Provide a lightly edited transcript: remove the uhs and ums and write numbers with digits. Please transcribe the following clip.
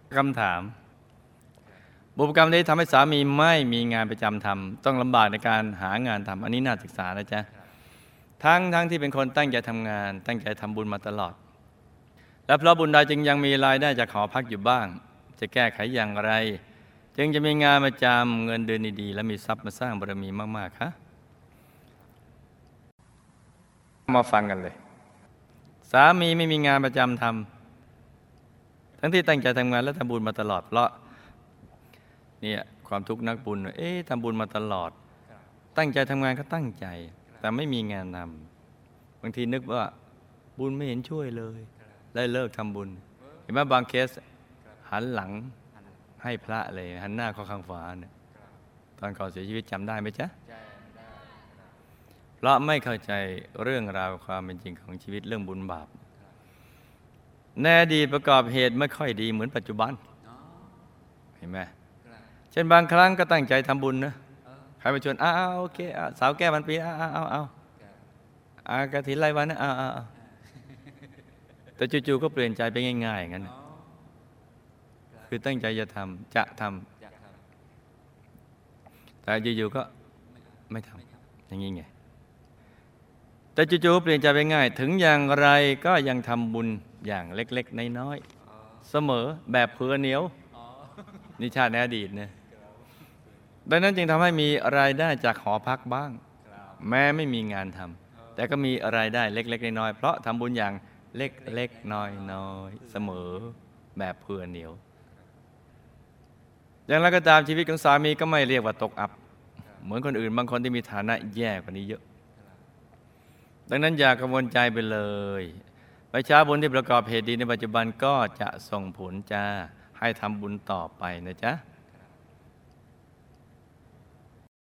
คำถามบุพกรรมนี้ทำให้สามีไม่มีงานประจำทำต้องลำบากในการหางานทำอันนี้น่าศึกษานะจ๊ะทั้งที่เป็นคนตั้งใจทำงานตั้งใจทำบุญมาตลอดและเพราะบุญใดจึงยังมีรายได้จากหอพักอยู่บ้างจะแก้ไขอย่างไรจึงจะมีงานประจำเงินเดือนดีๆและมีทรัพย์มาสร้างบารมีมากๆคะมาฟังกันเลยสามีไม่มีงานประจำทำทั้งที่ตั้งใจทำงานและทำบุญมาตลอดเพราะเนี่ยความทุกข์นักบุญทำบุญมาตลอดตั้งใจทำงานก็ตั้งใจแต่ไม่มีงานทำบางทีนึกว่าบุญไม่เห็นช่วยเลยได้เลิกทำบุญเห็นไหมบางเคสหันหลังให้พระเลยหันหน้าเข้าข้างฝาเนี่ยตอนก่อนเสียชีวิตจำได้ไหมจ๊ะเพราะไม่เข้าใจเรื่องราวความเป็นจริงของชีวิตเรื่องบุญบาปในอดีตประกอบเหตุไม่ค่อยดีเหมือนปัจจุบันเห็นไหมเช่นบางครั้งก็ตั้งใจทำบุญนะใครมาชวนโอเคสาวแก้วันปีกฐินรายวันนะแต่จู่ๆก็เปลี่ยนใจไปง่ายๆอย่างนั้นคือตั้งใจจะทำแต่อยู่ๆก็ไม่ทำอย่างนี้ไงแต่จู่ๆเปลี่ยนใจไปง่ายถึงอย่างไรก็ยังทำบุญอย่างเล็กๆน้อยๆเสมอแบบเผื่อเหนียวนิชาติในอดีตเนี่ยดังนั้นจึงทำให้มีรายได้จากหอพักบ้างแม้ไม่มีงานทำแต่ก็มีรายได้เล็กๆน้อยๆเพราะทำบุญอย่างเล็กๆน้อยๆเสมอแบบเผื่อเหนียวอย่างไรก็ตามชีวิตของสามีก็ไม่เรียกว่าตกอับเหมือนคนอื่นบางคนที่มีฐานะแย่กว่านี้เยอะดังนั้นอย่ากังวลใจไปเลยไปช้าบุญที่ประกอบเหตุดีในปัจจุบันก็จะส่งผลจะให้ทำบุญต่อไปนะจ๊ะ